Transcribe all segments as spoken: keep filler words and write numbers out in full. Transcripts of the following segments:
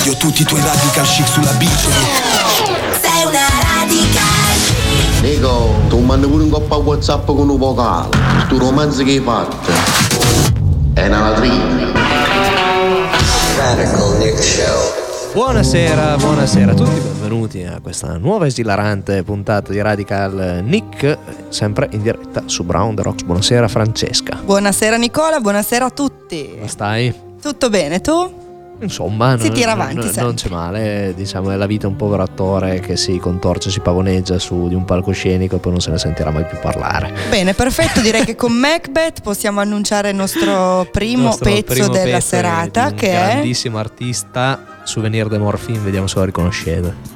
Odio tutti i tuoi radical chic sulla bici. Sei una radical. Nico, tu mandi pure un coppa WhatsApp con un vocale. Sto romanzo che hai fatto è una latrina. Radical Nick Show. Buonasera, buonasera a tutti, benvenuti a questa nuova esilarante puntata di Radical Nick, sempre in diretta su Brown The Rocks. Buonasera Francesca. Buonasera Nicola, buonasera a tutti. Come stai? Tutto bene, tu? Insomma, si non, tira avanti, non, sempre. non c'è male, diciamo, è la vita un povero attore che si contorce, si pavoneggia su di un palcoscenico e poi non se ne sentirà mai più parlare. Bene, perfetto, direi che con Macbeth possiamo annunciare il nostro primo il nostro pezzo primo della pezzo serata, di che un è grandissimo artista, Souvenir de Morphine, vediamo se lo riconoscete.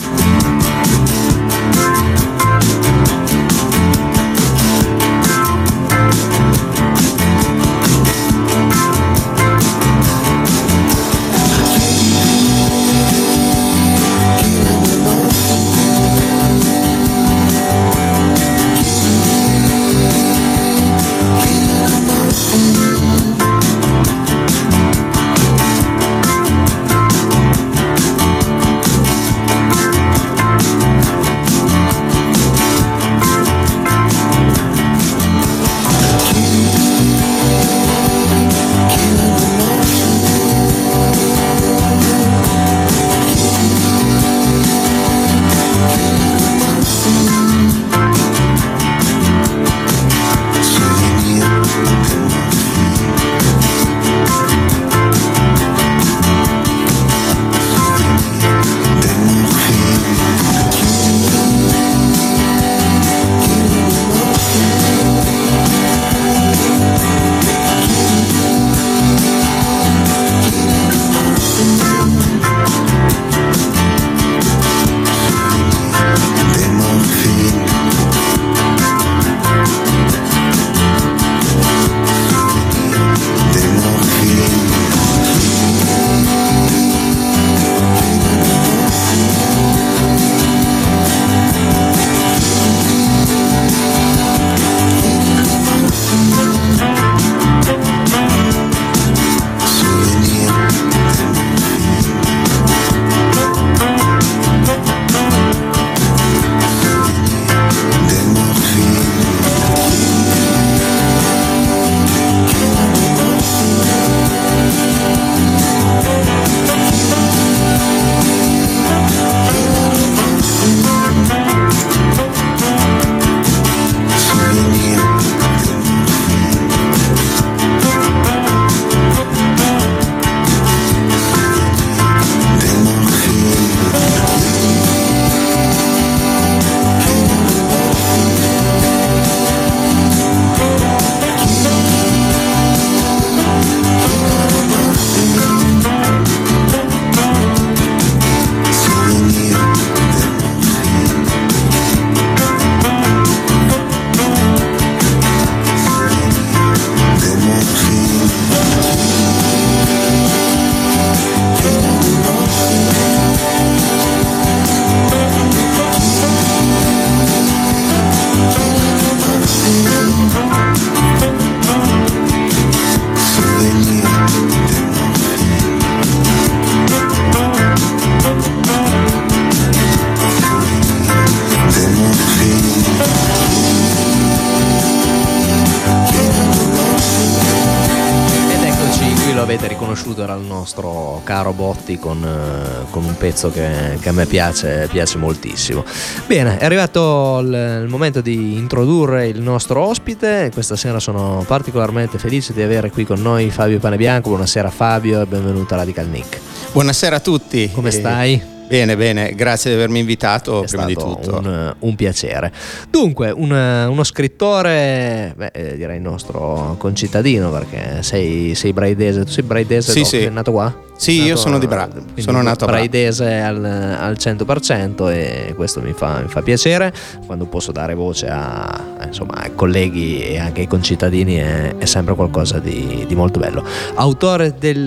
Era il nostro caro Botti con, con un pezzo che, che a me piace, piace moltissimo. Bene, è arrivato il, il momento di introdurre il nostro ospite. Questa sera sono particolarmente felice di avere qui con noi Fabio Panebianco. Buonasera Fabio e benvenuto a Radical Nick. Buonasera a tutti. Come stai? Bene, bene, grazie di avermi invitato. È prima di tutto un, un piacere. Dunque, un, uno scrittore, beh, direi il nostro concittadino, perché sei, sei braidese. Tu sei braidese? Sì, no? sì. Sei nato qua? Sì, nato, io sono di Bra. Sono nato a Bra. Braidese al, al cento per cento e questo mi fa, mi fa piacere. Quando posso dare voce a, insomma, ai colleghi e anche ai concittadini è, è sempre qualcosa di, di molto bello. Autore del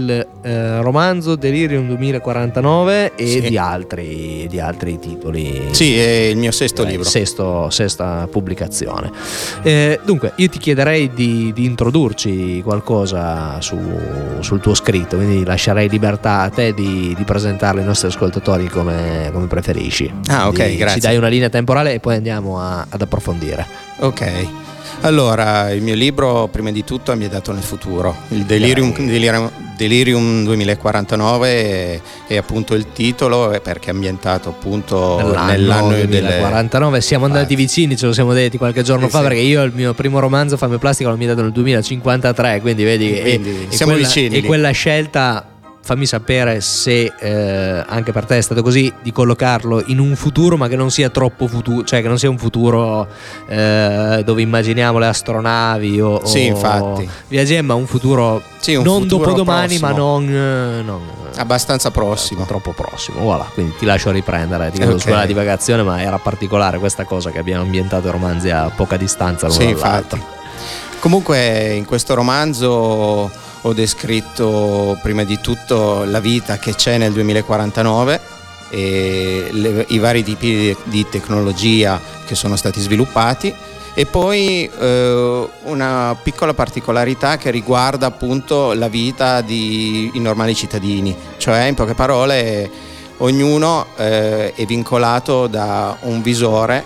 eh, romanzo Delirium duemilaquarantanove e Sì. di altri di altri titoli. Sì, è il mio sesto Eh, libro. sesto, sesta pubblicazione. Eh, dunque, io ti chiederei di, di introdurci qualcosa su, sul tuo scritto, quindi lascerei libertà a te di, di presentarlo ai nostri ascoltatori come, come preferisci. Ah, ok, Quindi grazie. Ci dai una linea temporale e poi andiamo a- ad approfondire. Ok. Allora, il mio libro, prima di tutto, è ambientato nel futuro. Il Delirium, Delirium, Delirium duemilaquarantanove è, è appunto il titolo, è perché è ambientato appunto Nell'anno, nell'anno del duemilaquarantanove siamo andati vicini, ce lo siamo detti qualche giorno Sì, fa, sì. perché io il mio primo romanzo Fame Plastica l'ho ambientato nel duemilacinquantatré, quindi vedi, E quindi e, e siamo quella, vicini e lì. quella scelta, fammi sapere se eh, anche per te è stato così, di collocarlo in un futuro ma che non sia troppo futuro, cioè che non sia un futuro eh, dove immaginiamo le astronavi o, Sì, o infatti. via Gem, ma un futuro Sì, un non futuro dopodomani prossimo. ma non, eh, non Abbastanza prossimo. troppo prossimo. Voilà, quindi ti lascio riprendere, ti chiedo Ok. scusa la divagazione, ma era particolare questa cosa che abbiamo ambientato i romanzi a poca distanza l'uno Sì, dall'altro. infatti. Comunque in questo romanzo ho descritto prima di tutto la vita che c'è nel duemilaquarantanove e le- i vari tipi di, di tecnologia che sono stati sviluppati, e poi eh, una piccola particolarità che riguarda appunto la vita di i normali cittadini, cioè in poche parole ognuno eh, è vincolato da un visore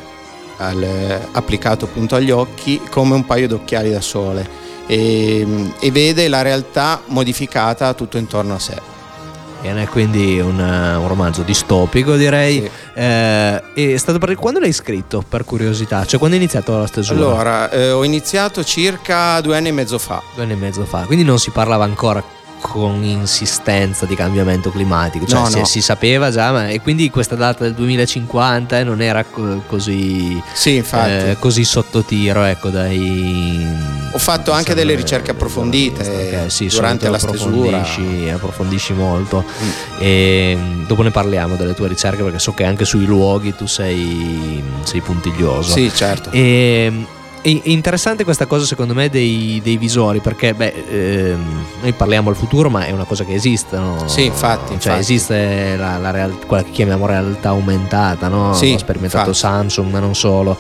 al- applicato appunto agli occhi come un paio d'occhiali da sole, e, e vede la realtà modificata tutto intorno a sé. Bene, quindi un, un romanzo distopico, direi. Sì. Eh, è stato per... Quando l'hai scritto, per curiosità? Cioè, quando è iniziato la stesura? Allora, eh, ho iniziato circa due anni e mezzo fa. Due anni e mezzo fa, quindi non si parlava ancora con insistenza di cambiamento climatico, cioè No, si, no. si sapeva già, ma e quindi questa data del duemilacinquanta eh, non era co- così Sì, infatti. eh, così sotto tiro, ecco, dai. Ho fatto anche delle ricerche approfondite Ok, sì, durante la solito stesura. approfondisci, approfondisci molto. Mm. E mh, dopo ne parliamo delle tue ricerche, perché so che anche sui luoghi tu sei, sei puntiglioso. Sì, certo. E, è interessante questa cosa, secondo me, dei, dei visori, perché beh, ehm, noi parliamo al futuro, ma è una cosa che esiste, no? Sì, infatti, Cioè infatti. esiste la, la real- quella che chiamiamo realtà aumentata, no? Sì, L'ha sperimentato infatti. Samsung, ma non solo.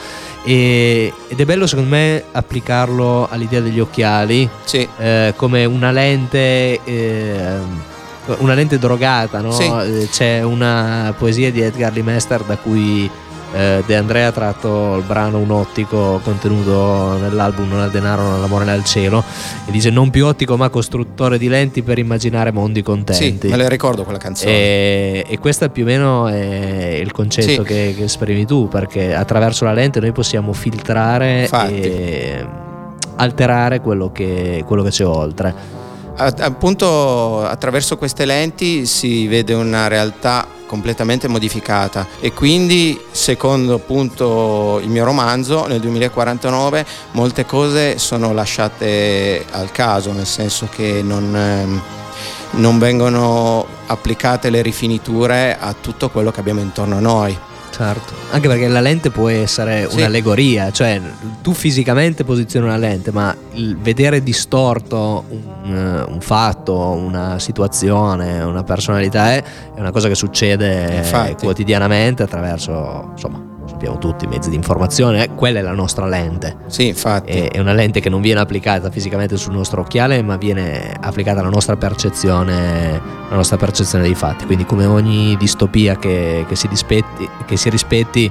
E- ed è bello, secondo me, applicarlo all'idea degli occhiali Sì, eh, come una lente ehm, una lente drogata, no? Sì. Eh, C'è una poesia di Edgar Lee Mester da cui eh, De Andrea ha tratto il brano Un ottico contenuto nell'album Non al denaro, non all'amore, né al cielo, e dice: non più ottico ma costruttore di lenti per immaginare mondi sì, contenti. me le ricordo quella canzone. E, e questo più o meno è il concetto Sì. che, che esprimi tu, perché attraverso la lente noi possiamo filtrare Infatti. e alterare quello che, quello che c'è oltre. A- appunto attraverso queste lenti si vede una realtà completamente modificata, e quindi secondo appunto il mio romanzo nel duemilaquarantanove molte cose sono lasciate al caso, nel senso che non, ehm, non vengono applicate le rifiniture a tutto quello che abbiamo intorno a noi. Certo, anche perché la lente può essere Sì. un'allegoria, cioè tu fisicamente posizioni una lente, ma il vedere distorto un, un fatto, una situazione, una personalità è, è una cosa che succede Infatti. quotidianamente attraverso, insomma, sappiamo tutti, i mezzi di informazione, eh, quella è la nostra lente. Sì, infatti. È è una lente che non viene applicata fisicamente sul nostro occhiale, ma viene applicata alla nostra percezione, alla nostra percezione dei fatti. Quindi, come ogni distopia che, che si rispetti, che si rispetti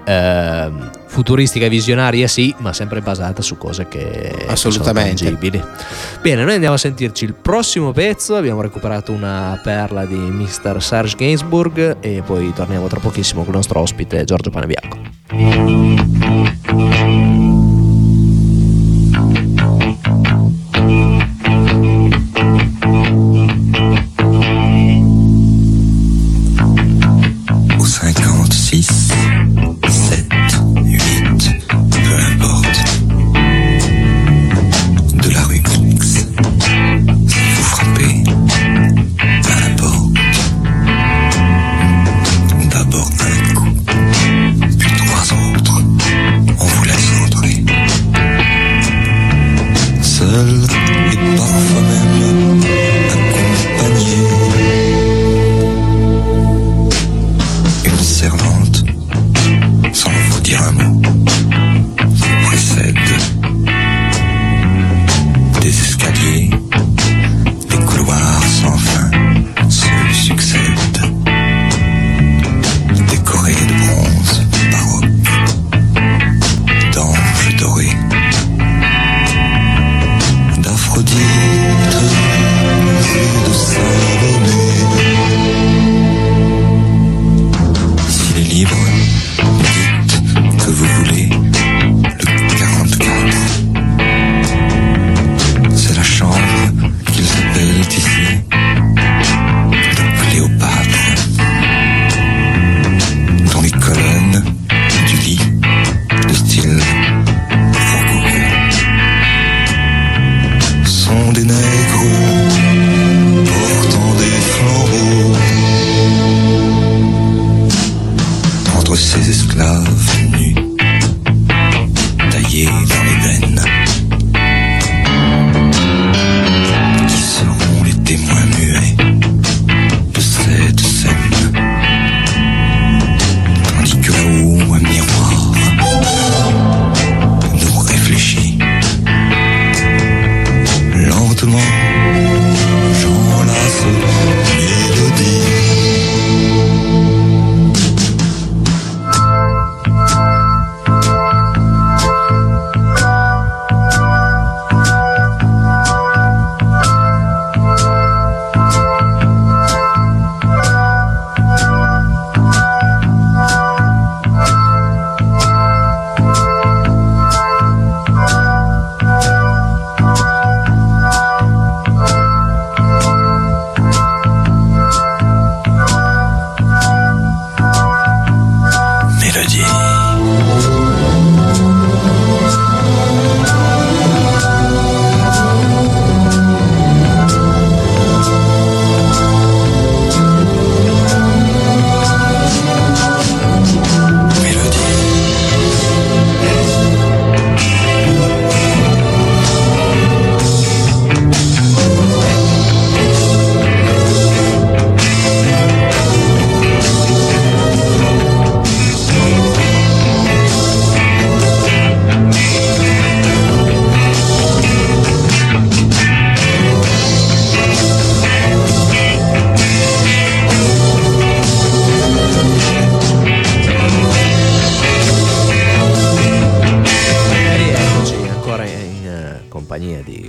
ehm, futuristica e visionaria, sì, ma sempre basata su cose che, che sono Assolutamente. tangibili. Bene, noi andiamo a sentirci il prossimo pezzo. Abbiamo recuperato una perla di mister Serge Gainsbourg e poi torniamo tra pochissimo con il nostro ospite Giorgio Panebianco. Au cinquante-six, sept, huit, peu importe. De la rue X. Si vous frappez à la porte, d'abord un coup, puis trois autres, on vous laisse entrer.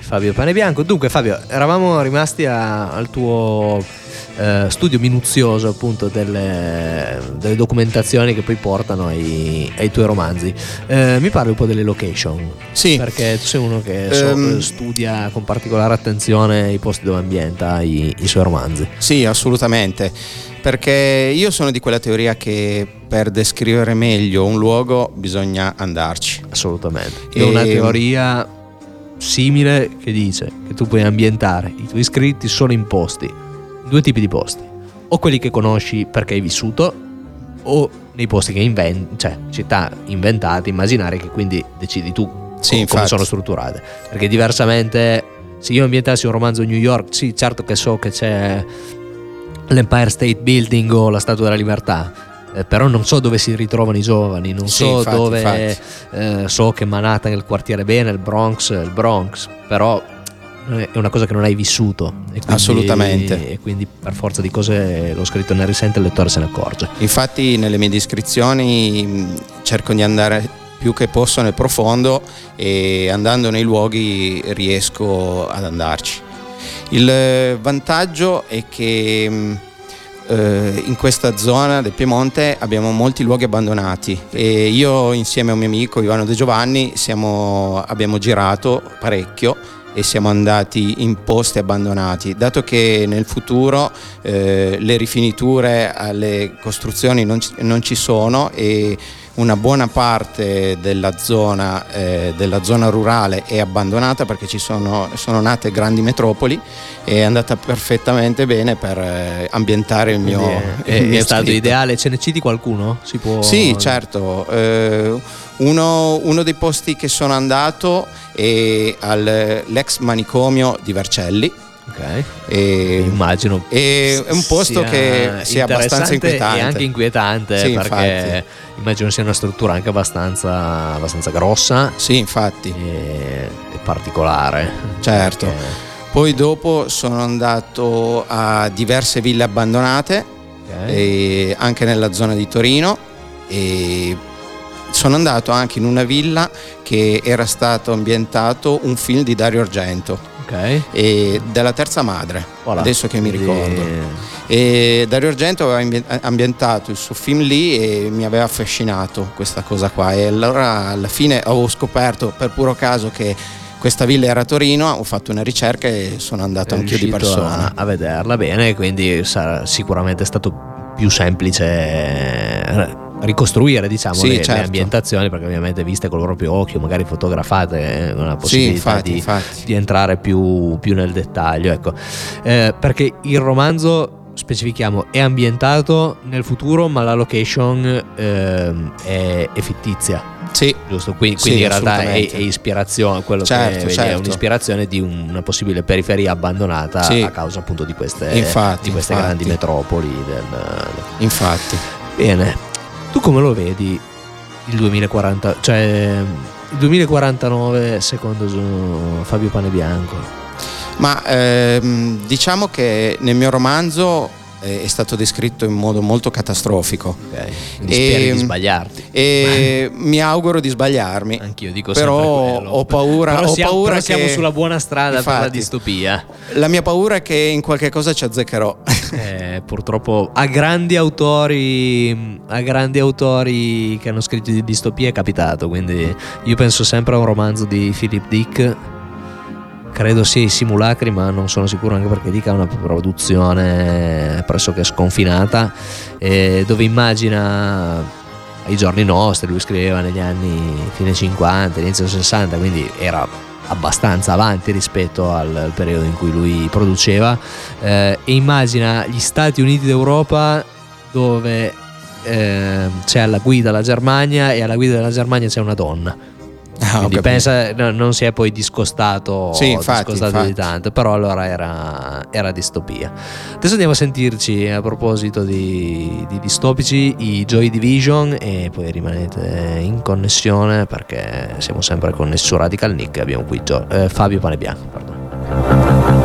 Fabio Panebianco. Dunque Fabio, eravamo rimasti a, al tuo eh, studio minuzioso appunto delle, delle documentazioni che poi portano ai, ai tuoi romanzi. Eh, mi parli un po' delle location? Sì. Perché tu sei uno che so, Um, studia con particolare attenzione i posti dove ambienta i, i suoi romanzi. Sì, assolutamente, perché io sono di quella teoria che per descrivere meglio un luogo bisogna andarci. Assolutamente. E- Io ho una teoria simile che dice che tu puoi ambientare i tuoi scritti solo in posti, in due tipi di posti: o quelli che conosci perché hai vissuto, o nei posti che inventi, cioè città inventate, immaginari, che quindi decidi tu Sì, come infatti. sono strutturate. Perché diversamente, se io ambientassi un romanzo a New York, sì, certo che so che c'è l'Empire State Building o la Statua della Libertà, eh, però non so dove si ritrovano i giovani, non Sì, so infatti, dove infatti. eh, so che Manhattan è il quartiere bene, il Bronx è il Bronx, però è una cosa che non hai vissuto e quindi, Assolutamente. e quindi per forza di cose l'ho scritto ne risente e il lettore se ne accorge. Infatti nelle mie descrizioni mh, cerco di andare più che posso nel profondo, e andando nei luoghi riesco ad andarci. Il eh, vantaggio è che mh, eh, in questa zona del Piemonte abbiamo molti luoghi abbandonati, e io insieme a un mio amico Ivano De Giovanni siamo, abbiamo girato parecchio e siamo andati in posti abbandonati, dato che nel futuro eh, le rifiniture alle costruzioni non ci, non ci sono, e una buona parte della zona, eh, della zona rurale è abbandonata perché ci sono, sono nate grandi metropoli, e è andata perfettamente bene per eh, ambientare il mio, Quindi è, il è mio stato scritto. ideale. Ce ne citi qualcuno? Si può... Sì, certo. Eh, uno, uno dei posti che sono andato è all'ex manicomio di Vercelli. Ok. E Immagino è un posto sia che sia abbastanza interessante inquietante. e anche inquietante, Sì, perché infatti. immagino sia una struttura anche abbastanza, abbastanza grossa Sì, infatti. e, e particolare. Certo. Perché- Poi dopo sono andato a diverse ville abbandonate, ok. e anche nella zona di Torino, e sono andato anche in una villa che era stato ambientato un film di Dario Argento, Ok. e della Terza Madre, Voilà. adesso che mi Quindi- ricordo. E Dario Argento aveva ambien- ambientato il suo film lì, e mi aveva affascinato questa cosa qua, e allora alla fine avevo scoperto per puro caso che questa villa era a Torino, ho fatto una ricerca e sono andato È anch'io di riuscito persona. a, a vederla bene, quindi sarà sicuramente stato più semplice eh, ricostruire, diciamo, Sì, le, le certo. ambientazioni, perché ovviamente viste col proprio occhio, magari fotografate, eh, una possibilità infatti, di, infatti. di entrare più, più nel dettaglio, ecco. Eh, perché il romanzo, specifichiamo, è ambientato nel futuro, ma la location ehm, è, è fittizia. Sì, Giusto, quindi, Sì, quindi in realtà è, assolutamente. è ispirazione, quello Certo, che vedi è certo. un'ispirazione di una possibile periferia abbandonata Sì. a causa appunto di queste, Infatti, di queste infatti. grandi metropoli del, infatti. Bene, tu come lo vedi il duemilaquaranta, cioè il duemilaquarantanove secondo Fabio Panebianco? Ma ehm, diciamo che nel mio romanzo eh, è stato descritto in modo molto catastrofico, Ok, quindi E- speri di sbagliarti. e mi auguro di sbagliarmi. Anch'io dico Però sempre quello. ho paura- Però ho siamo, paura però siamo che- sulla buona strada per la Infatti. distopia. La mia paura è che in qualche cosa ci azzeccherò. Eh, purtroppo a grandi autori a grandi autori che hanno scritto di distopia è capitato, quindi io penso sempre a un romanzo di Philip Dick, credo sia I Simulacri, ma non sono sicuro, anche perché Dick ha una produzione pressoché sconfinata, eh, dove immagina ai giorni nostri, lui scriveva negli anni fine cinquanta, inizio sessanta, quindi era abbastanza avanti rispetto al, al periodo in cui lui produceva, eh, e immagina gli Stati Uniti d'Europa dove eh, c'è alla guida la Germania, e alla guida della Germania c'è una donna. Ah, ho Quindi capito. pensa, no, non si è poi discostato, Sì, infatti, discostato di infatti. tanto, però allora era, era distopia. Adesso andiamo a sentirci, a proposito di, di distopici, i Joy Division, e poi rimanete in connessione perché siamo sempre connessi su Radical Nick. Abbiamo qui Gio- eh, Fabio Panebianco, pardon.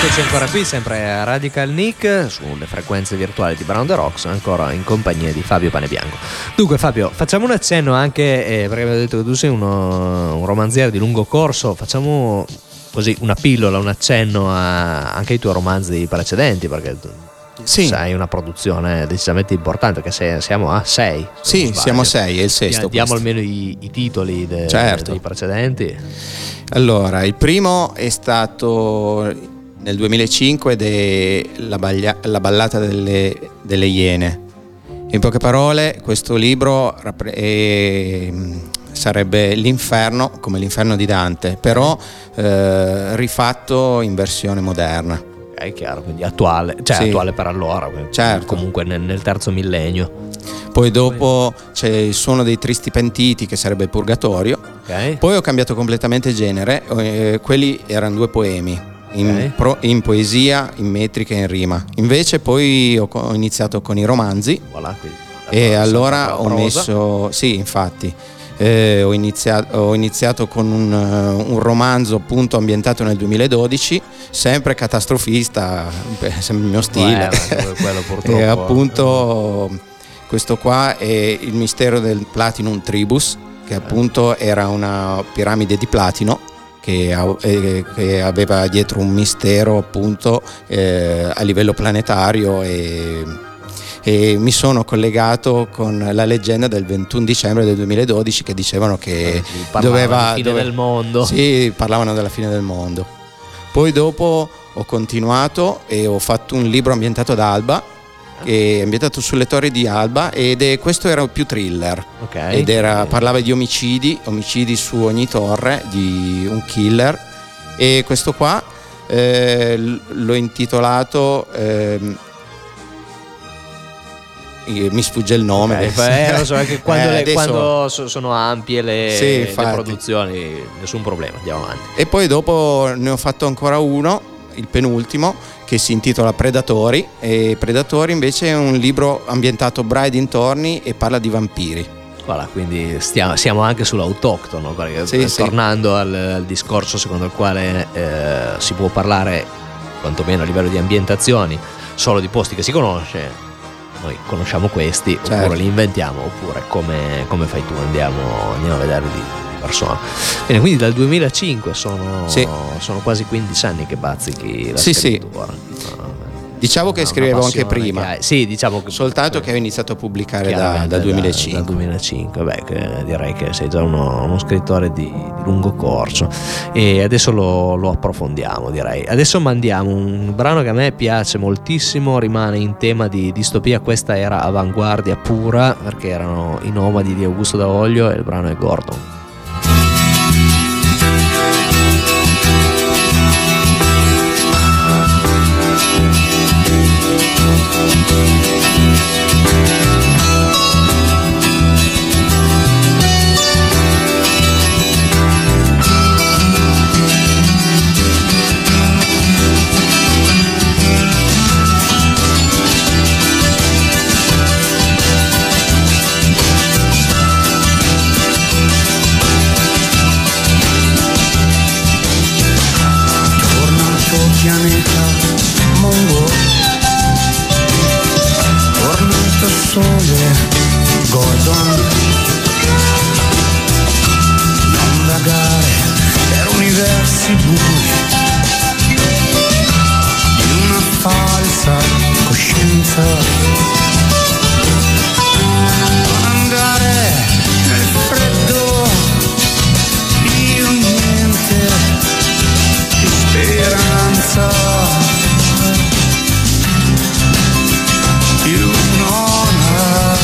Eccoci ancora qui, sempre a Radical Nick, sulle frequenze virtuali di Brown the Rocks, ancora in compagnia di Fabio Panebianco. Dunque Fabio, facciamo un accenno anche, eh, perché abbiamo detto che tu sei uno, un romanziere di lungo corso, facciamo così una pillola, un accenno a, anche ai tuoi romanzi precedenti, perché tu Sì. hai una produzione decisamente importante, perché sei, siamo a sei. Sì, siamo a sei, è il sesto. Diamo questo. almeno i, i titoli de, Certo. dei precedenti. Allora, il primo è stato nel duemilacinque ed è la, baglia- la ballata delle, delle Iene. In poche parole, questo libro rappre- è, sarebbe l'inferno, come l'inferno di Dante, però eh, rifatto in versione moderna. È chiaro, quindi attuale, cioè Sì. attuale per allora, Certo. comunque nel, nel terzo millennio. Poi dopo c'è il suono dei tristi pentiti, che sarebbe il Purgatorio. Ok. Poi ho cambiato completamente genere, eh, quelli erano due poemi, in, Ok. pro- in poesia, in metrica e in rima. Invece poi ho, co- ho iniziato con i romanzi Voilà, quindi, e allora, allora sempre ho prosa. messo, sì infatti, eh, ho, iniziato, ho iniziato con un, uh, un romanzo appunto ambientato nel duemiladodici, sempre catastrofista, beh, sempre il mio stile. Eh, ma quello purtroppo- E appunto questo qua è il mistero del Platinum Tribus, che appunto era una piramide di platino che, ha- eh, che aveva dietro un mistero appunto eh, a livello planetario, e, e mi sono collegato con la leggenda del ventuno dicembre del duemiladodici, che dicevano che Sì, parlavano doveva di fine dove- del mondo. Sì, parlavano della fine del mondo. Poi dopo ho continuato e ho fatto un libro ambientato ad Alba, che è ambientato sulle torri di Alba, ed è, questo era più thriller. Ok. Ed era, parlava di omicidi, omicidi su ogni torre, di un killer. E questo qua eh, l- l'ho intitolato ehm, eh, mi sfugge il nome. Ok, beh, lo so, anche quando, Eh, le- adesso- quando so- sono ampie le, Sì, le infatti. produzioni, nessun problema, andiamo avanti. E poi dopo ne ho fatto ancora uno, il penultimo, che si intitola Predatori. E Predatori invece è un libro ambientato Bra e dintorni e parla di vampiri. Voilà, quindi stiamo, siamo anche sull'autoctono, perché Sì, eh, sì. tornando al, al discorso secondo il quale eh, si può parlare, quantomeno a livello di ambientazioni, solo di posti che si conosce, noi conosciamo questi, Certo. oppure li inventiamo, oppure come, come fai tu, andiamo, andiamo a vederli di persona. Bene, quindi dal duemilacinque sono, Sì. sono quasi quindici anni che bazzichi la Sì, sì. scrittura. No, Diciamo che una scrivevo anche passione prima. che hai. Sì, diciamo che Soltanto che ho iniziato a pubblicare da, chiaramente dal duemilacinque. Dal duemilacinque, beh, che direi che sei già uno, uno scrittore di, di lungo corso, e adesso lo, lo approfondiamo, direi. Adesso mandiamo un brano che a me piace moltissimo, rimane in tema di distopia, questa era avanguardia pura, perché erano i Nomadi di Augusto Davoglio e il brano è Gordon. Torna al tuo pianeta Mongo, torna al tuo sole Gordon, non vagare per universi bui di una falsa coscienza, non andare nel freddo di un niente di speranza, più non ha.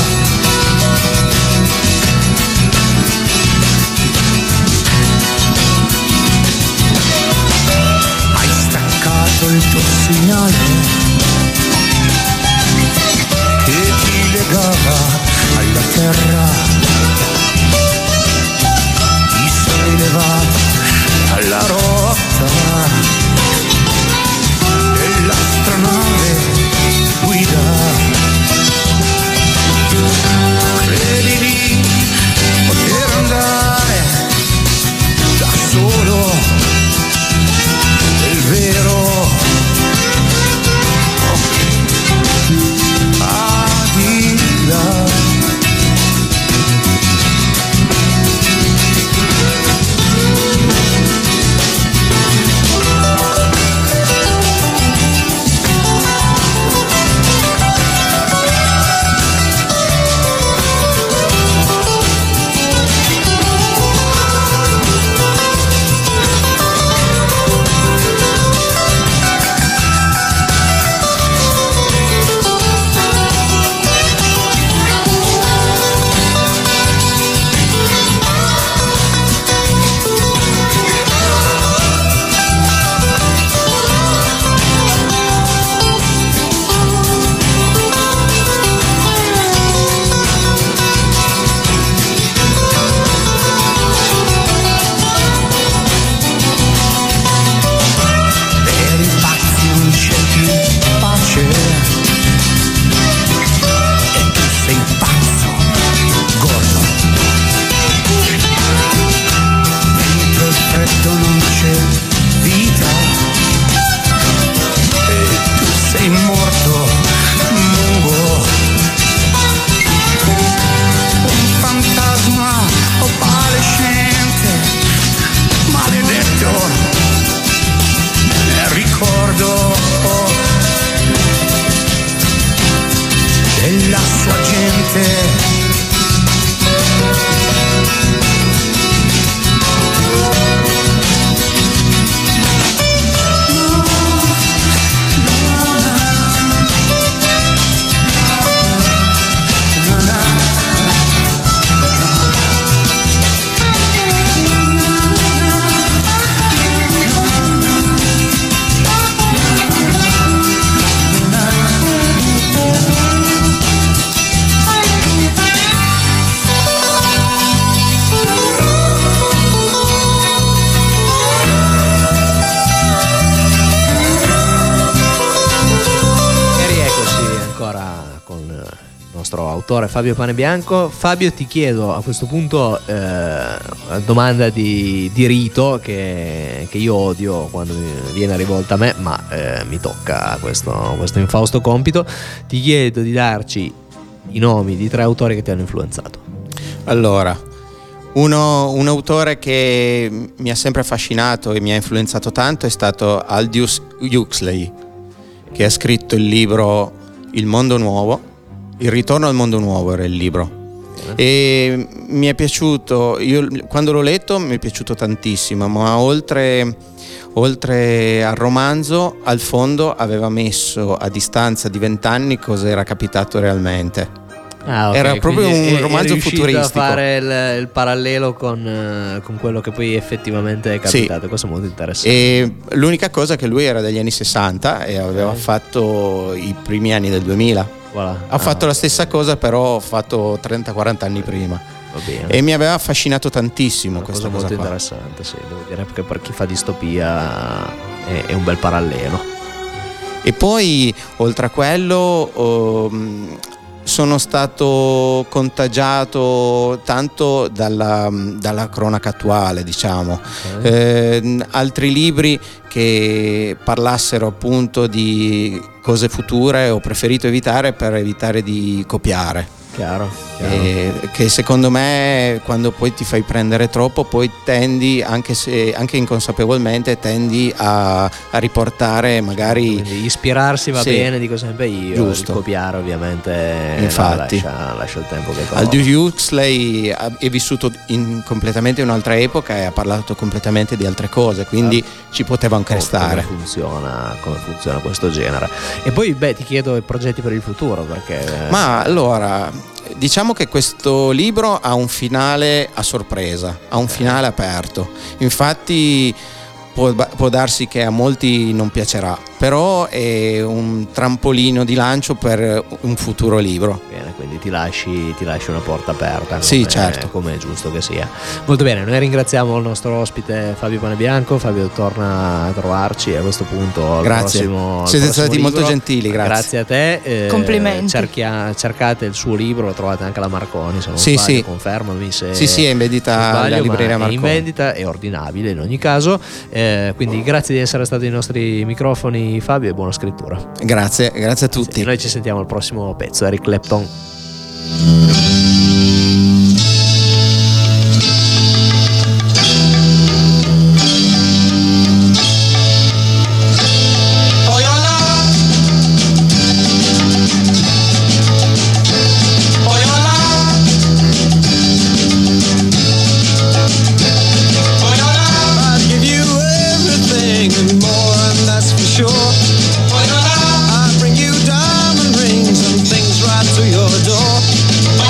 Hai staccato il tuo segnale che ti legava alla terra, ti sei levato alla rotta dell'astronave guida. Credi di poter andare da solo, il vero allora con il nostro autore Fabio Panebianco. Fabio, ti chiedo a questo punto eh, una domanda di, di rito che, che io odio quando mi viene rivolta a me, ma eh, mi tocca questo, questo infausto compito. Ti chiedo di darci i nomi di tre autori che ti hanno influenzato. Allora, uno, un autore che mi ha sempre affascinato e mi ha influenzato tanto è stato Aldous Huxley, che ha scritto il libro Il mondo nuovo. Il ritorno al mondo nuovo era il libro. E mi è piaciuto, io quando l'ho letto mi è piaciuto tantissimo, ma oltre, oltre al romanzo, al fondo aveva messo a distanza di vent'anni cosa era capitato realmente. Ah, okay. Era proprio Quindi un è, romanzo è futuristico. a fare il, il parallelo con, uh, con quello che poi effettivamente è capitato. Sì. Questo è molto interessante. E l'unica cosa è che lui era degli anni sessanta e aveva okay. fatto i primi anni del duemila. Voilà. Ha ah, fatto la stessa cosa, però fatto trenta quaranta anni prima. Va bene. E mi aveva affascinato tantissimo una questa cosa, cosa molto qua. Interessante, sì, devo dire che per chi fa distopia è, è un bel parallelo. E poi oltre a quello um, sono stato contagiato tanto dalla, dalla cronaca attuale, diciamo. Okay. Eh, altri libri che parlassero appunto di cose future ho preferito evitare per evitare di copiare. Chiaro, chiaro. Eh, che secondo me quando poi ti fai prendere troppo poi tendi, anche se anche inconsapevolmente tendi a, a riportare magari. Quindi ispirarsi va sì, bene, dico sempre io. Giusto. Copiare ovviamente infatti lascia, lascia il tempo che trova. Aldous Huxley è vissuto in completamente un'altra epoca e ha parlato completamente di altre cose, quindi ah, ci poteva anche come, restare. Come funziona, come funziona questo genere. E poi beh ti chiedo i progetti per il futuro, perché ma allora diciamo che questo libro ha un finale a sorpresa, ha un finale aperto. Infatti può, può darsi che a molti non piacerà, però è un trampolino di lancio per un futuro libro. Bene, quindi ti lasci, ti lasci una porta aperta. Come, sì, certo. Come è giusto che sia. Molto bene, noi ringraziamo il nostro ospite Fabio Panebianco. Fabio torna a trovarci a questo punto. Grazie, prossimo, siete stati libro. molto gentili, grazie. Grazie a te. Eh, Complimenti. Cerchia, cercate il suo libro, lo trovate anche alla Marconi, se non sì, sbaglio, sì. confermami se sì, sì, è in vendita alla libreria Marconi. È in vendita, è ordinabile in ogni caso. Eh, quindi grazie di essere stato ai nostri microfoni, Fabio, e buona scrittura. Grazie, grazie a tutti. Sì, noi ci sentiamo al prossimo pezzo. Eric Clapton. I bring you diamond rings and things right to your door.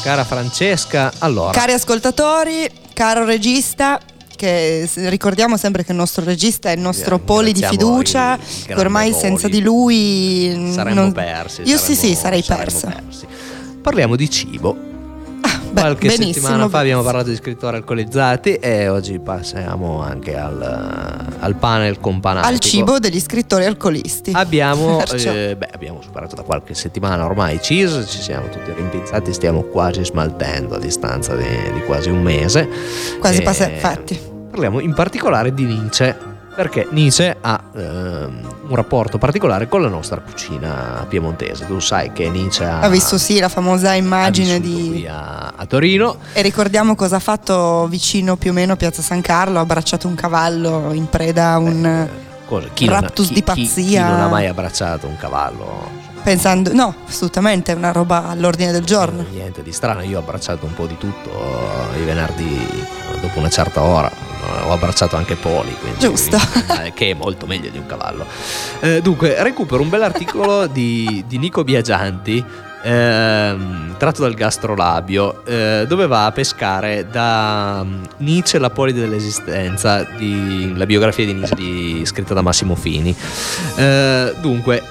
cara Francesca. Allora, Cari ascoltatori, caro regista, che s- ricordiamo sempre che il nostro regista è il nostro Eh, poli di ringraziamo fiducia, il che grande ormai Poli. senza di lui n- saremmo non- persi. Io sì sì saremmo- sarei saremmo persa. persi. Parliamo di cibo. Beh, Qualche benissimo, settimana fa abbiamo benissimo. parlato di scrittori alcolizzati e oggi passiamo anche al, al panel companatico. Al cibo degli scrittori alcolisti. Abbiamo, Perciò. eh, beh, abbiamo superato da qualche settimana ormai i cheese, ci siamo tutti rimpinzati, stiamo quasi smaltendo a distanza di, di quasi un mese. Quasi E passa, infatti. Parliamo in particolare di Nietzsche, perché Nietzsche ha ehm, un rapporto particolare con la nostra cucina piemontese. Tu sai che Nietzsche ha, Ha visto sì la famosa ha immagine vissuto di... qui a, a Torino. E ricordiamo cosa ha fatto vicino più o meno a Piazza San Carlo, ha abbracciato un cavallo in preda a un... Cosa? Chi non ha- Raptus chi- di chi- pazzia. Chi non ha mai abbracciato un cavallo? Pensando... No, assolutamente, è una roba all'ordine del giorno. Niente di strano, io ho abbracciato un po' di tutto i venerdì dopo una certa ora. Ho abbracciato anche Poli, quindi, Giusto. eh, che è molto meglio di un cavallo. Eh, dunque, recupero un bell'articolo di, di Nico Biagianti, ehm, tratto dal Gastrolabio, eh, dove va a pescare da um, Nietzsche la polide dell'esistenza, di, la biografia di Nietzsche di- scritta da Massimo Fini. Eh, dunque,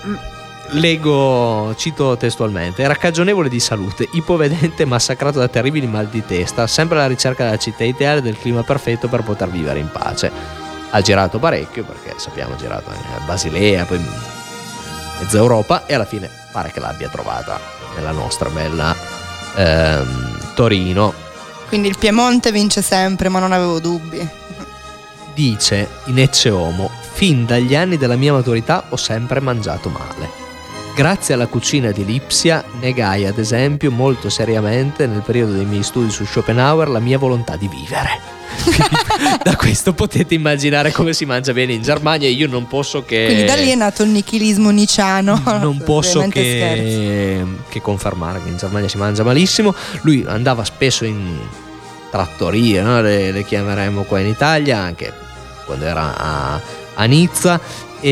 leggo, cito testualmente: era cagionevole di salute, ipovedente, massacrato da terribili mal di testa, sempre alla ricerca della città ideale, del clima perfetto per poter vivere in pace. Ha girato parecchio, perché sappiamo ha girato anche a Basilea, poi mezza Europa, e alla fine pare che l'abbia trovata nella nostra bella ehm, Torino. Quindi il Piemonte vince sempre, ma non avevo dubbi. Dice in Ecce Homo: fin dagli anni della mia maturità ho sempre mangiato male. Grazie alla cucina di Lipsia negai ad esempio molto seriamente nel periodo dei miei studi su Schopenhauer la mia volontà di vivere. Da questo potete immaginare come si mangia bene in Germania. Io non posso che Quindi da lì è nato il nichilismo nicciano. non posso Ovviamente scherzo. che, che confermare che in Germania si mangia malissimo. Lui andava spesso in trattorie, no? le, le chiameremo qua in Italia, anche quando era a, a Nizza,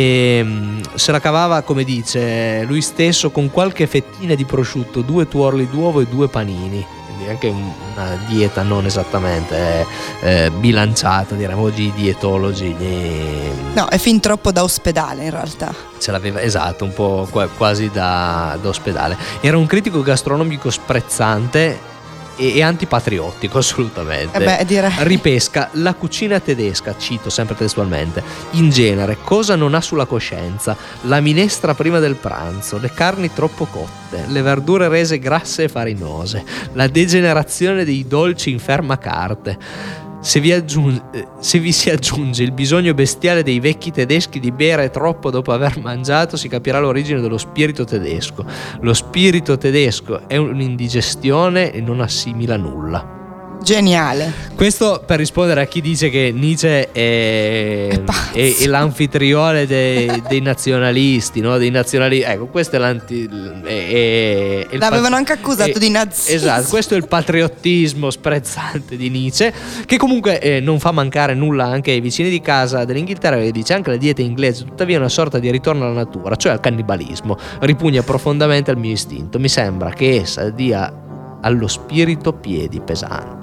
e mm, se la cavava, come dice lui stesso, con qualche fettina di prosciutto, due tuorli d'uovo e due panini. Quindi anche un- una dieta non esattamente eh, bilanciata, diremmo. Oggi i dietologi gli, No, è fin troppo da ospedale in realtà. ce l'aveva, esatto, un po' qua- quasi da, da ospedale. Era un critico gastronomico sprezzante e, e antipatriottico, assolutamente. Eh beh, direi. Ripesca la cucina tedesca, cito sempre testualmente: in genere cosa non ha sulla coscienza? La minestra prima del pranzo, le carni troppo cotte, le verdure rese grasse e farinose, la degenerazione dei dolci in ferma carte. Se vi, aggiunge, eh, se vi si aggiunge il bisogno bestiale dei vecchi tedeschi di bere troppo dopo aver mangiato, si capirà l'origine dello spirito tedesco. Lo spirito tedesco è un'indigestione e non assimila nulla. Geniale. Questo per rispondere a chi dice che Nietzsche è, È pazzo. è- è l'anfitrione dei, dei nazionalisti, no? Dei nazionali. Ecco, questo è l'anti. È, è- è il L'avevano pat- anche accusato è- di nazismo. Esatto, questo è il patriottismo sprezzante di Nietzsche, che comunque eh, non fa mancare nulla anche ai vicini di casa dell'Inghilterra, che dice: anche la dieta inglese tuttavia è una sorta di ritorno alla natura, cioè al cannibalismo, ripugna profondamente al mio istinto. Mi sembra che essa dia allo spirito piedi pesanti.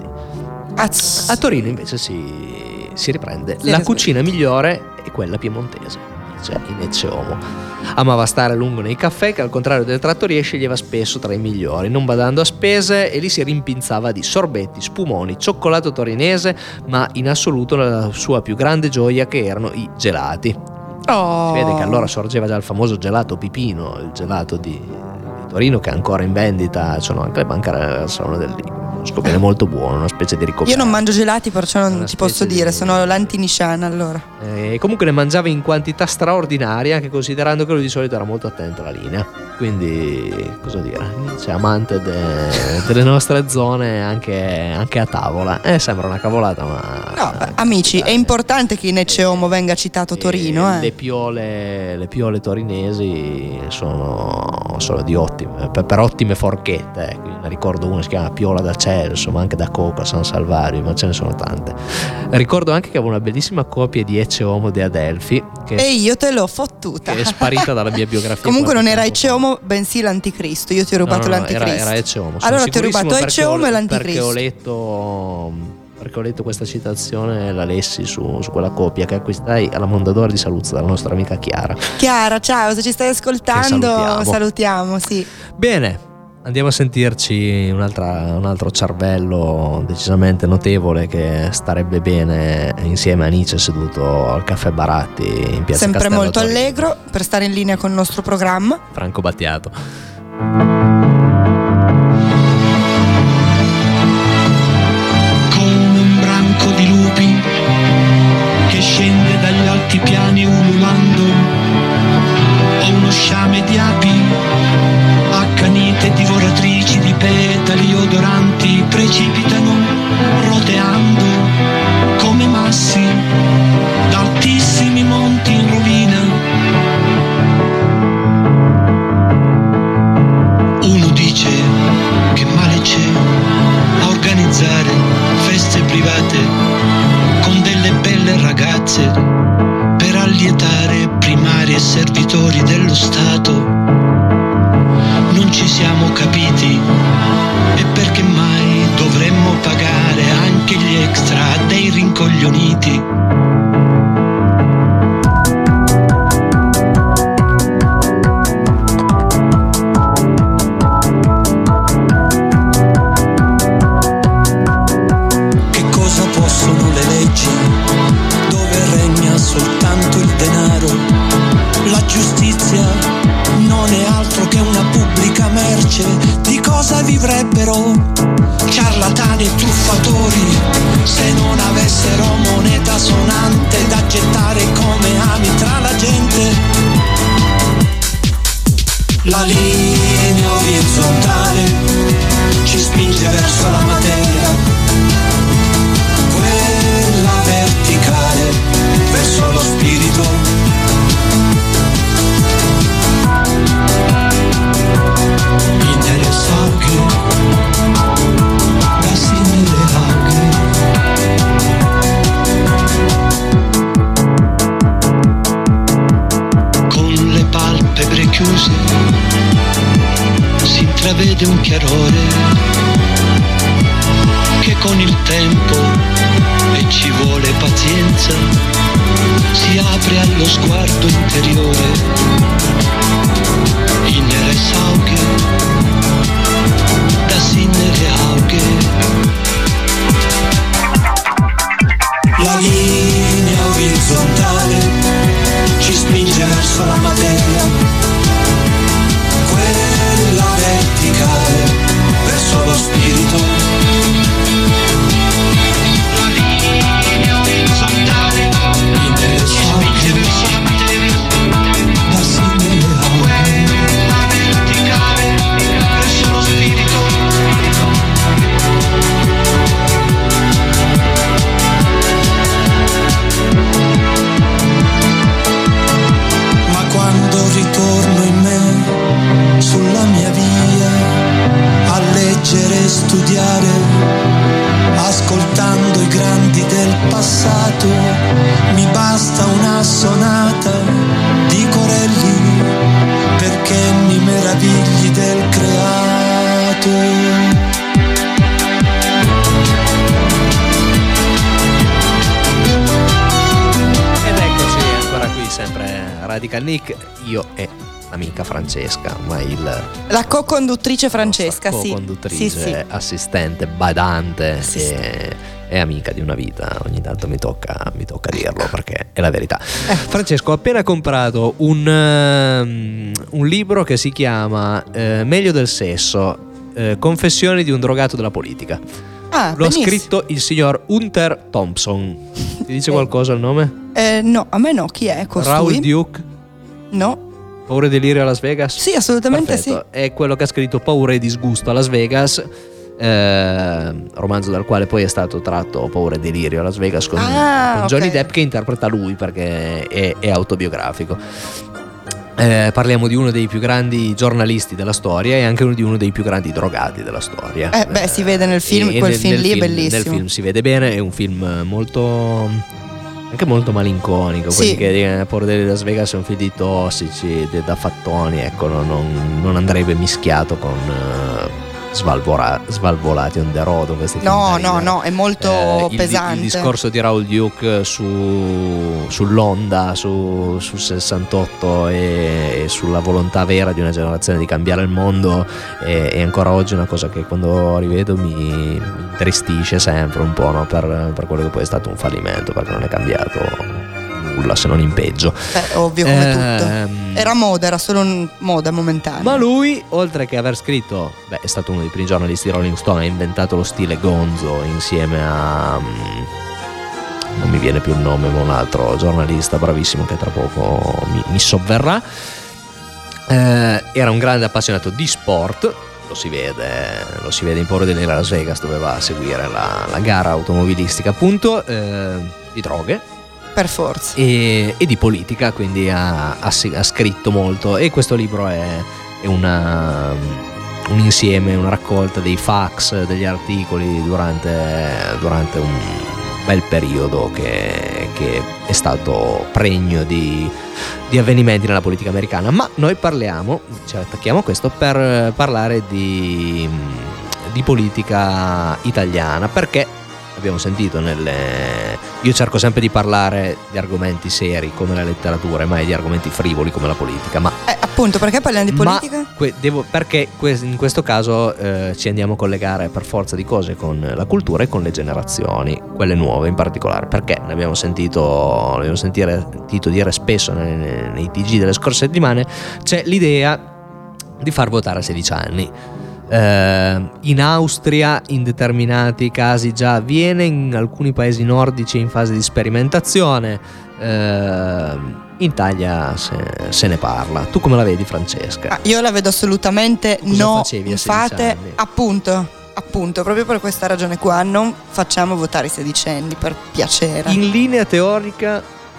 Azz. A Torino invece si, si riprende. Si La risveglia. cucina migliore è quella piemontese, dice in Ecce Homo. Amava stare a lungo nei caffè, che al contrario delle trattorie sceglieva spesso tra i migliori, non badando a spese, e lì si rimpinzava di sorbetti, spumoni, cioccolato torinese, ma in assoluto la sua più grande gioia, che erano i gelati. Oh. Si vede che allora sorgeva già il famoso gelato Pipino, il gelato di, di Torino, che è ancora in vendita, sono anche le bancarelle del Salone del Libro. Conosco bene, molto buono, una specie di ricoperto. Io non mangio gelati, perciò non Una ti posso specie dire, di- sono l'anti-nisciana allora. E comunque ne mangiava in quantità straordinarie, anche considerando che lui di solito era molto attento alla linea. Quindi, cosa dire, c'è amante de- delle nostre zone anche, anche a tavola. Eh, sembra una cavolata, ma... No, beh, amici, è importante che in Ecce Homo venga citato Torino, Le eh. piole, le piole torinesi sono, sono di ottime, per, per ottime forchette. Eh. Ne ricordo una che si chiama Piola da Celso, ma anche da Coca, a San Salvario, ma ce ne sono tante. Ricordo anche che avevo una bellissima copia di Ecce Homo de Adelphi, che, E io te l'ho fottuta. che è sparita dalla mia biografia. Comunque qualche non era tempo Ecce fa. Homo, Homo, bensì l'anticristo. Io ti ho rubato No, no, no, l'anticristo. Era, era Ecce Homo. Sono Allora ti ho rubato sicurissimo Ecce perché ho- Homo e l'anticristo. Perché ho letto, perché ho letto questa citazione, la lessi su, su quella copia che acquistai alla Mondadori di Saluzzo dalla nostra amica Chiara. Chiara, ciao, se ci stai ascoltando, salutiamo. salutiamo, sì. Bene, andiamo a sentirci un'altra, un altro cervello decisamente notevole che starebbe bene insieme a Nietzsche seduto al Caffè Baratti in piazza Sempre Castello molto a Torino. allegro per stare in linea con il nostro programma. Franco Battiato. Come un branco di lupi che scende dagli alti piani ululando, o uno sciame di api accanite divoratrici di petali odoranti precipitano roteando come massi da altissimi monti in rovina. Uno dice che male c'è a organizzare feste private con delle belle ragazze per allietare primari e servitori dello Stato. Non ci siamo capiti e perché mai dovremmo pagare anche gli extra dei rincoglioniti. Che cosa possono le leggi dove regna soltanto il denaro? La giustizia non è altro che una pubblica merce. Di cosa vivrebbero ciarlatani e truffatori se non avessero moneta sonante da gettare come ami tra la gente? La linea orizzontale ci spinge verso la materia, quella verticale verso lo spirito. Con le palpebre chiuse si intravede un chiarore che con il tempo, e ci vuole pazienza, si apre allo sguardo interiore. Innere Sauge, das innere Auge. La linea orizzontale ci spinge verso la materia, quella verticale verso lo spirito. La linea orizzontale ci spinge verso la materia, das innere Auge. Quella verticale verso lo spirito. Quando ritorno in me, sulla mia via, a leggere e studiare, ascoltando i grandi del passato, mi basta una sonata di Corelli perché mi meravigli del creato. Ed eccoci ancora qui, sempre Radical Nick, io e l'amica Francesca, ma il La co-conduttrice Francesca, sì. co-conduttrice, Sì, sì. assistente, badante Sì, e, e amica di una vita. Ogni tanto mi tocca, mi tocca dirlo perché è la verità. Eh. Francesco, ho appena comprato un, um, un libro che si chiama eh, Meglio del sesso, eh, confessioni di un drogato della politica. Ah, Lo ha benissimo. scritto il signor Hunter Thompson. Ti dice qualcosa il nome? Eh, no, a me no, chi è costui? Raoul Duke, No. Paura e delirio a Las Vegas? Sì, assolutamente Perfetto. È quello che ha scritto Paura e disgusto a Las Vegas, eh, romanzo dal quale poi è stato tratto Paura e delirio a Las Vegas con, Ah, con Johnny ok. Depp che interpreta lui perché è, è autobiografico. Eh, parliamo di uno dei più grandi giornalisti della storia e anche uno di uno dei più grandi drogati della storia. Eh, beh, si vede nel film, e quel nel- film nel lì è bellissimo. Nel film si vede bene, è un film molto anche molto malinconico, Sì. quelli che dicono che Porto di Las Vegas è un film di tossici, de- da fattoni, ecco, non, non- non andrebbe mischiato con eh, svalvora- svalvolati on the road, questi film No, da no, ridere. no, è molto Eh, il, pesante. il discorso di Raoul Duke su, sull'Honda, su, sul sessantotto e, e sulla volontà vera di una generazione di cambiare il mondo è, è ancora oggi una cosa che quando rivedo mi, mi intristisce sempre un po', no? per, per quello che poi è stato un fallimento, perché non è cambiato nulla se non in peggio. Beh, ovvio, come Ehm, tutto. Era moda, era solo un moda momentanea. Ma lui, oltre che aver scritto, beh, è stato uno dei primi giornalisti di Rolling Stone, ha inventato lo stile gonzo insieme a mm, non mi viene più il nome, ma un altro giornalista bravissimo che tra poco mi, mi sovverrà. Eh, era un grande appassionato di sport, lo si vede, lo si vede in Porto di Las Vegas, dove va a seguire la, la gara automobilistica, appunto, eh, di droghe. Per forza. E, e di politica, quindi ha, ha, ha scritto molto, e questo libro è, è una, un insieme, una raccolta dei fax, degli articoli durante, durante un bel periodo che, che è stato pregno di, di avvenimenti nella politica americana. Ma noi parliamo, ci attacchiamo a questo per parlare di, di politica italiana, perché abbiamo sentito nelle... Io cerco sempre di parlare di argomenti seri come la letteratura e mai di argomenti frivoli come la politica, ma Eh, appunto, perché parliamo di politica? ma que- devo, perché que- in questo caso eh, ci andiamo a collegare per forza di cose con la cultura e con le generazioni, quelle nuove in particolare, perché ne abbiamo sentito, ne abbiamo sentire, sentito dire spesso nei, nei, nei T G delle scorse settimane. C'è l'idea di far votare a sedici anni. Uh, in Austria in determinati casi già avviene, in alcuni paesi nordici in fase di sperimentazione, uh, in Italia se, se ne parla. Tu come la vedi, Francesca? Ah, io la vedo assolutamente Cosa no. facevi a sedici Fate anni? appunto, appunto, proprio per questa ragione qua, non facciamo votare i sedicenni, per piacere. In linea teorica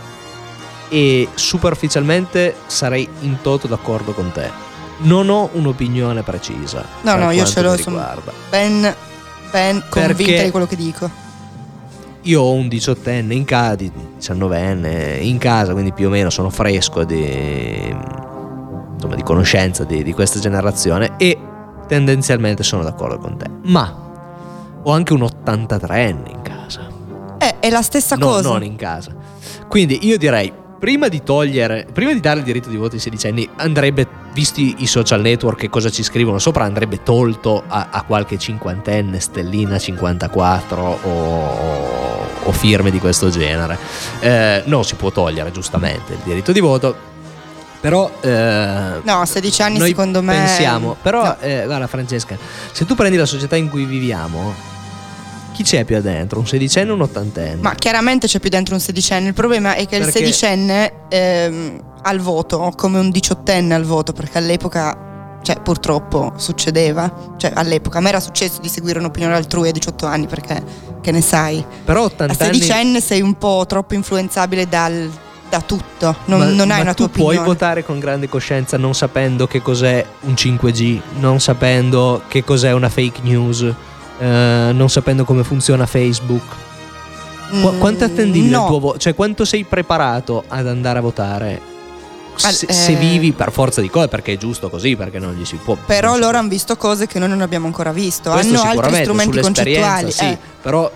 e superficialmente sarei in toto d'accordo con te. Non ho un'opinione precisa. No, per no, io quanto ce l'ho, mi sono riguarda. ben, ben convinta Perché- di quello che dico. Io ho un diciottenne in casa, diciannovenne in casa, quindi più o meno sono fresco di, insomma, di conoscenza di, di questa generazione, e tendenzialmente sono d'accordo con te. Ma ho anche un ottantatreenne in casa. Eh, è la stessa No, cosa. non in casa. Quindi io direi, prima di togliere, prima di dare il diritto di voto ai sedicenni, andrebbe, visti i social network e cosa ci scrivono sopra, andrebbe tolto a, a qualche cinquantenne, stellina cinquantaquattro o, o firme di questo genere. Eh, non si può togliere giustamente il diritto di voto, però eh, No, a sedici anni noi secondo me pensiamo, però no. eh, guarda Francesca, se tu prendi la società in cui viviamo, chi c'è più addentro? Un sedicenne o un ottantenne? Ma chiaramente c'è più dentro un sedicenne. Il problema è che il Perché- sedicenne ehm, al voto come un diciottenne al voto, perché all'epoca, cioè purtroppo succedeva, cioè all'epoca a me era successo di seguire un'opinione altrui a diciotto anni, perché che ne sai, Però a ottanta anni sedicenne sei un po' troppo influenzabile dal, da tutto, non, ma, non hai ma una tua tu puoi opinione. votare con grande coscienza non sapendo che cos'è un cinque G, non sapendo che cos'è una fake news, eh, non sapendo come funziona Facebook. Qu- Mm, quanto è attendibile no. il tuo voto? Cioè quanto sei preparato ad andare a votare? Se, Al- se eh. vivi per forza di cose, perché è giusto così, perché non gli si può. Però non si loro può- hanno visto cose che noi non abbiamo ancora visto. Questo Hanno altri sicuramente, strumenti sull'esperienza, concettuali. sì, eh. però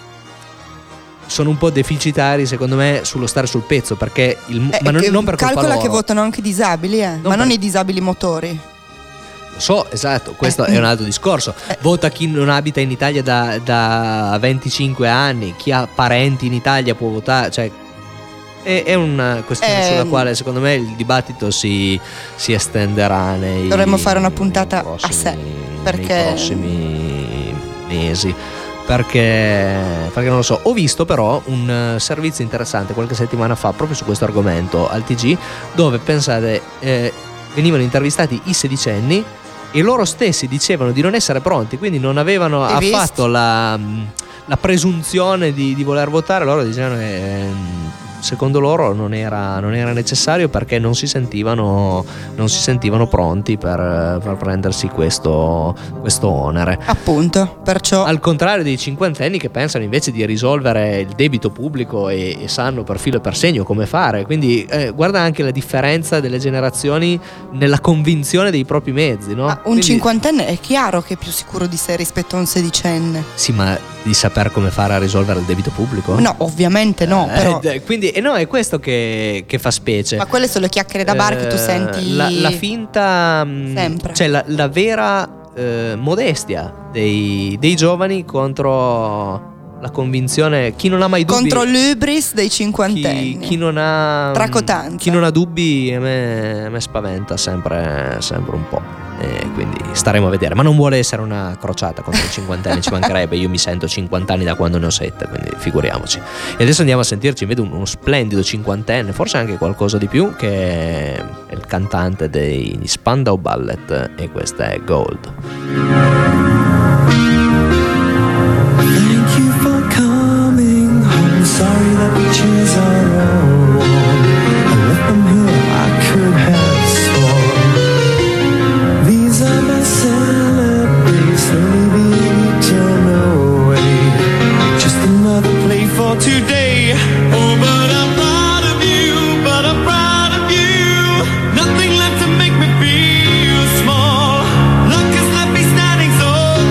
sono un po' deficitari secondo me sullo stare sul pezzo, perché il, Eh, ma non, che- non per colpa calcola loro. che votano anche i disabili, eh, ma per- non i disabili motori. Lo so, esatto, questo Eh, è un altro discorso. eh. Vota chi non abita in Italia da, da venticinque anni, chi ha parenti in Italia può votare, cioè è, è una questione Eh, sulla quale secondo me il dibattito si, si estenderà nei Dovremmo fare una puntata nei a prossimi, sé, perché- nei prossimi mesi. Perché, perché non lo so. Ho visto però un eh, servizio interessante qualche settimana fa proprio su questo argomento al T G, dove pensate eh, venivano intervistati i sedicenni e loro stessi dicevano di non essere pronti, quindi non avevano Hai visto? affatto la, la presunzione di, di voler votare. Loro dicevano che eh, secondo loro non era, non era necessario perché non si sentivano, non si sentivano pronti per, per prendersi questo, questo onere. Appunto, perciò Al contrario dei cinquantenni che pensano invece di risolvere il debito pubblico e, e sanno per filo e per segno come fare. Quindi eh, guarda anche la differenza delle generazioni nella convinzione dei propri mezzi, no? ah, un Quindi, cinquantenne è chiaro che è più sicuro di sé rispetto a un sedicenne. sì, ma di saper come fare a risolvere il debito pubblico? No, ovviamente no, Eh, però d- quindi eh, no, è questo che, che fa specie. ma quelle sono le chiacchiere da bar che tu Eh, senti la, la finta mh, sempre. cioè la, la vera eh, modestia dei, dei giovani contro la convinzione, chi non ha mai dubbi, contro l'ubris dei chi, cinquantenni. chi non ha Tracotanza. chi non ha dubbi a me, a me spaventa sempre, sempre un po', e quindi staremo a vedere, ma non vuole essere una crociata contro i cinquantenni, ci mancherebbe, io mi sento cinquanta anni da quando ne ho sette, quindi figuriamoci. E adesso andiamo a sentirci invece uno splendido cinquantenne, forse anche qualcosa di più, che è il cantante degli Spandau Ballet, e questa è Gold. Thank you for coming home. Sorry that the chairs are all warm. I left them here, I could have sworn. These are my celebrates, slowly being eaten away. Just another play for today. Oh, but I'm proud of you, but I'm proud of you. Nothing left to make me feel small. Luck has left me standing so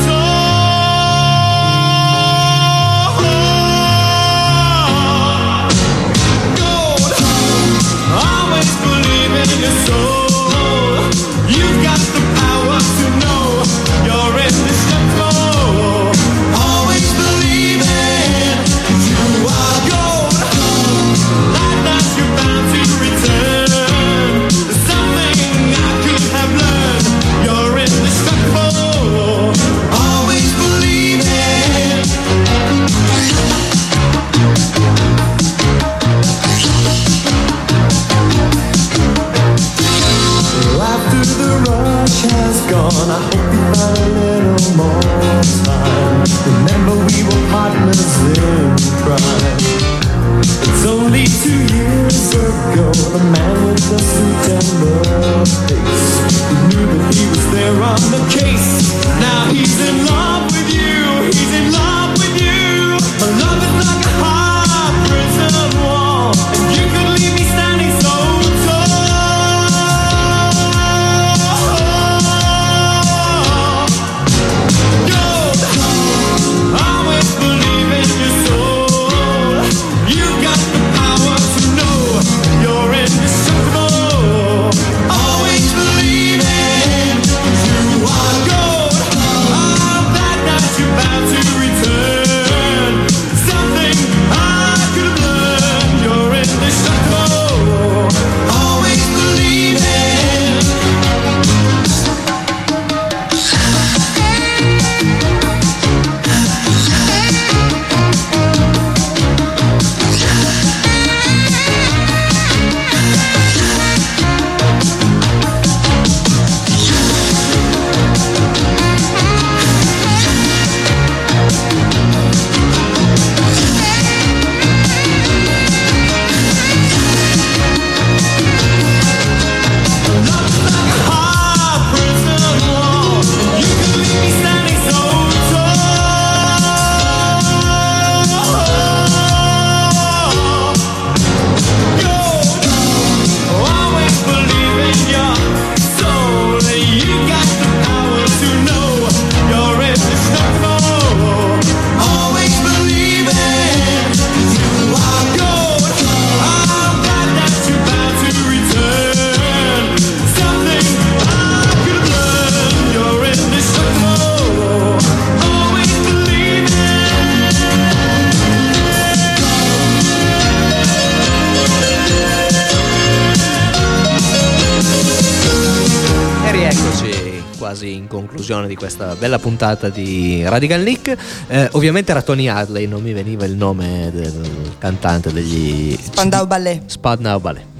in conclusione di questa bella puntata di Radical Nick. Eh, ovviamente era Tony Hadley, non mi veniva il nome del cantante degli Spandau Ballet. Spandau Ballet.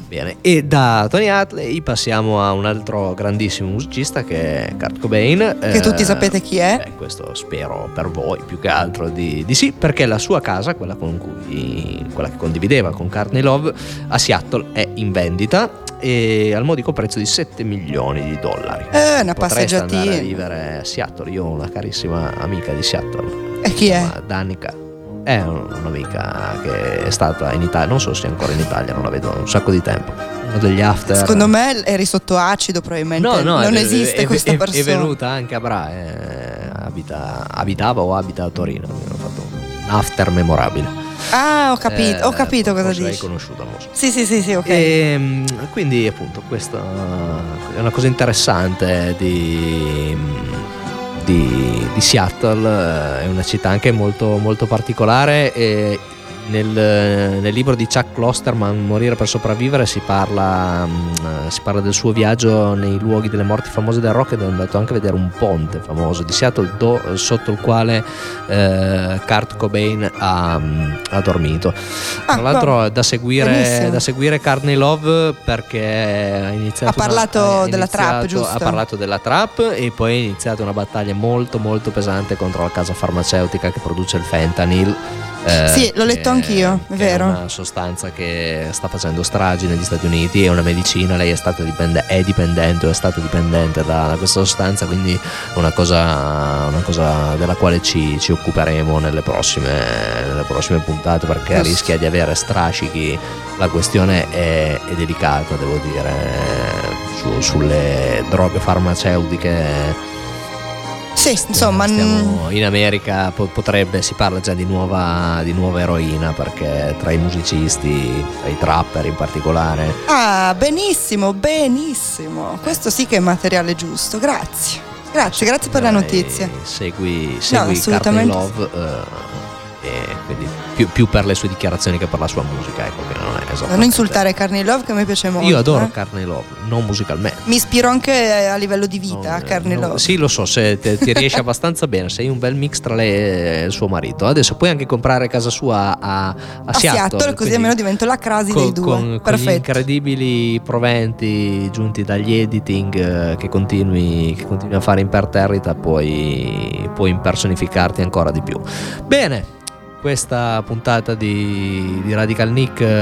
Bene, e da Tony Hadley passiamo a un altro grandissimo musicista che è Kurt Cobain. Che tutti sapete chi è? Eh, questo spero per voi più che altro di, di sì, perché la sua casa, quella con cui quella che condivideva con Courtney Love a Seattle, è in vendita e al modico prezzo di sette milioni di dollari. Eh, una Potreste passeggiatina. andare a vivere a Seattle. Io ho una carissima amica di Seattle. E chi è? Danica. È un'amica che è stata in Italia, non so se è ancora in Italia, non la vedo da un sacco di tempo. Uno degli after. Secondo me eri sotto acido, probabilmente. No, no, non è, esiste è, questa è, persona. È venuta anche a Bra, eh, abita, abitava o abita a Torino. Quindi hanno fatto un after memorabile. Ah, ho capito, Eh, ho capito cosa forse l'hai dici. conosciuta, non lo so. Sì, sì, sì, sì, ok. E, quindi appunto questa è una cosa interessante di, di, di Seattle, è una città anche molto, molto particolare e nel, nel libro di Chuck Klosterman, Morire per sopravvivere, si parla, si parla del suo viaggio nei luoghi delle morti famose del rock ed è andato anche a vedere un ponte famoso di Seattle do, sotto il quale eh, Kurt Cobain ha, ha dormito. Ah, Tra l'altro no. da seguire, Benissimo. da seguire Courtney Love perché ha iniziato Ha parlato una, ha della iniziato- trap, giusto? Ha parlato della trap e poi è iniziata una battaglia molto molto pesante contro la casa farmaceutica che produce il fentanyl. Eh, Sì, l'ho letto che- anch'io, è che vero. È una sostanza che sta facendo stragi negli Stati Uniti, è una medicina, lei è stata dipende- è dipendente o è stata dipendente da, da questa sostanza, quindi è una cosa, una cosa della quale ci, ci occuperemo nelle prossime, nelle prossime puntate perché Giusto. rischia di avere strascichi. La questione è, è delicata, devo dire, su- sulle droghe farmaceutiche. Sì, insomma, Stiamo in America po- potrebbe, si parla già di nuova, di nuova eroina perché tra i musicisti, tra i trapper in particolare. ah, benissimo, benissimo. Questo sì che è materiale giusto. Grazie. Grazie, grazie per la Dai, notizia. Segui, segui assolutamente. Courtney Love eh, e quindi più, più per le sue dichiarazioni che per la sua musica, ecco, che non è esattamente. Non insultare Courtney Love, che a me piace molto. Io adoro eh. Courtney Love, non musicalmente. Mi ispiro anche a livello di vita Non- a Courtney non- Love. Sì, lo so, se te- ti riesci abbastanza bene, sei un bel mix tra lei e il suo marito. Adesso puoi anche comprare casa sua a, a, a Seattle, Seattle, così quindi almeno divento la crasi con, dei due. con- con gli Perfetto. incredibili proventi giunti dagli editing eh, che continui, che continui a fare imperterrita, puoi, puoi impersonificarti ancora di più. Bene, questa puntata di, di Radical Nick eh,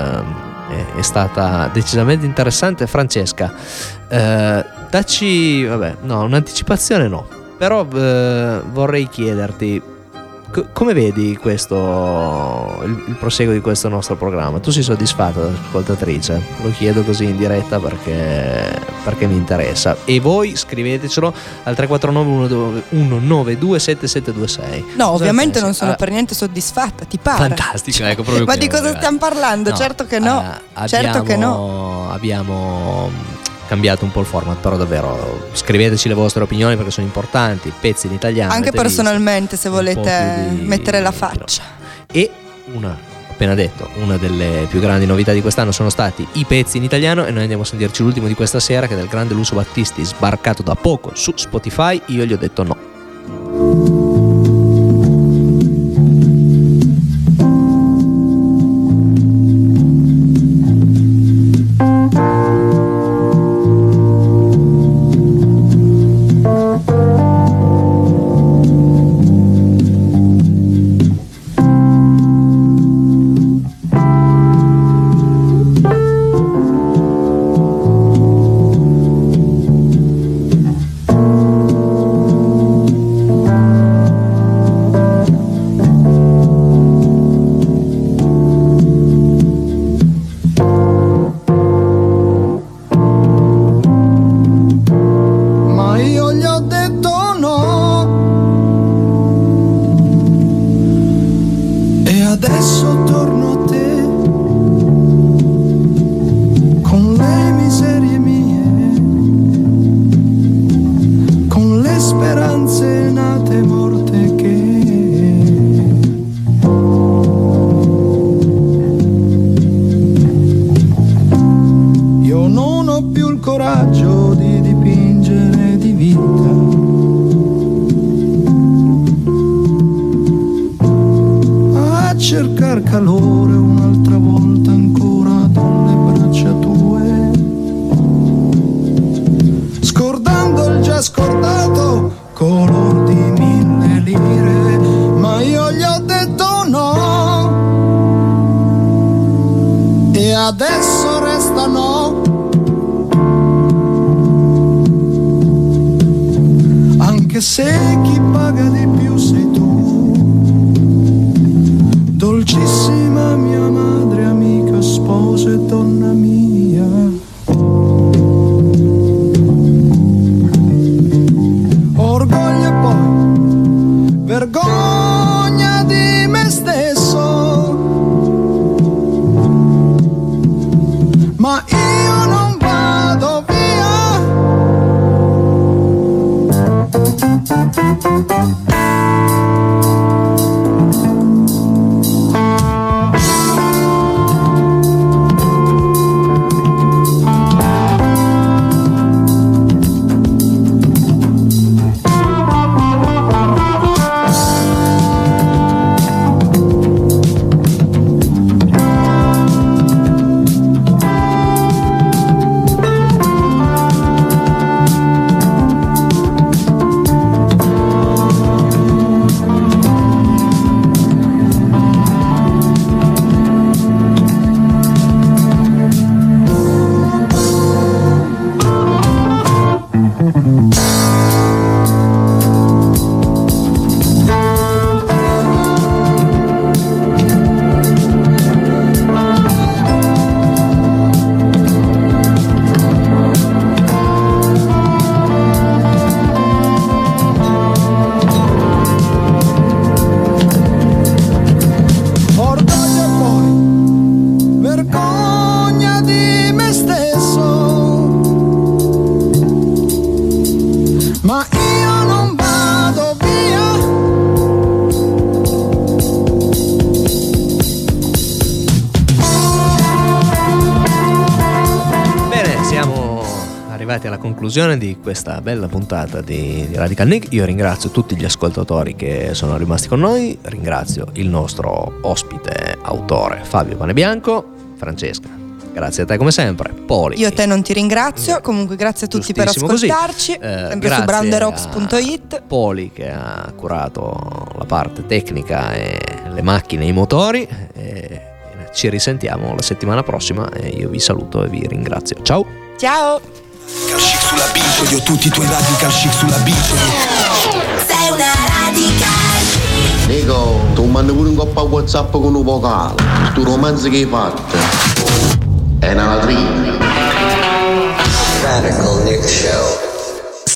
è, è stata decisamente interessante. Francesca, eh, dacci, vabbè, no, un'anticipazione no, però eh, vorrei chiederti co- come vedi questo, il, il proseguo di questo nostro programma? Tu sei soddisfatta da ascoltatrice? Lo chiedo così in diretta perché, perché mi interessa. E voi scrivetecelo al tre quattro nove uno nove due sette sette due sei. No, ovviamente non sono Ah, per niente soddisfatta, ti pare? fantastico, ecco, proprio Ma di quello, cosa ragazzi. stiamo parlando? No, Certo che no. eh, Certo che no. abbiamo- Abbiamo cambiato un po' il format, però davvero scriveteci le vostre opinioni perché sono importanti, pezzi in italiano. Anche avete visto? personalmente, se Un po' volete più di- mettere la di- faccia. E una, ho appena detto, una delle più grandi novità di quest'anno sono stati i pezzi in italiano e noi andiamo a sentirci l'ultimo di questa sera che è del grande Lucio Battisti, sbarcato da poco su Spotify. Io gli ho detto no. Ma io gli ho detto no. E adesso torno a te con le miserie mie, con le speranze nate e morte che io non ho più il coraggio di dipingere di vita. A cercar calore un'altra volta ancora dalle braccia restano. Anche se chi paga di più sei tu, dolcissima mia madre, amica, sposa e donna mia. Orgoglio e poi vergogna di me stesso, ma io non vado via. Alla conclusione di questa bella puntata di, di Radical Nick. Io ringrazio tutti gli ascoltatori che sono rimasti con noi, ringrazio il nostro ospite autore Fabio Panebianco. Francesca, grazie a te come sempre. Poli, io a te non ti ringrazio, comunque grazie a tutti per ascoltarci, eh, sempre su branderox punto it. Poli che ha curato la parte tecnica e le macchine e i motori, e ci risentiamo la settimana prossima e io vi saluto e vi ringrazio. Ciao. Ciao. Radical chic sulla bici, odio tutti i tuoi radical chic sulla bici. Sei una radical chic. Nico, tu mandi pure un coppa WhatsApp con un vocale, sto romanzo che hai fatto.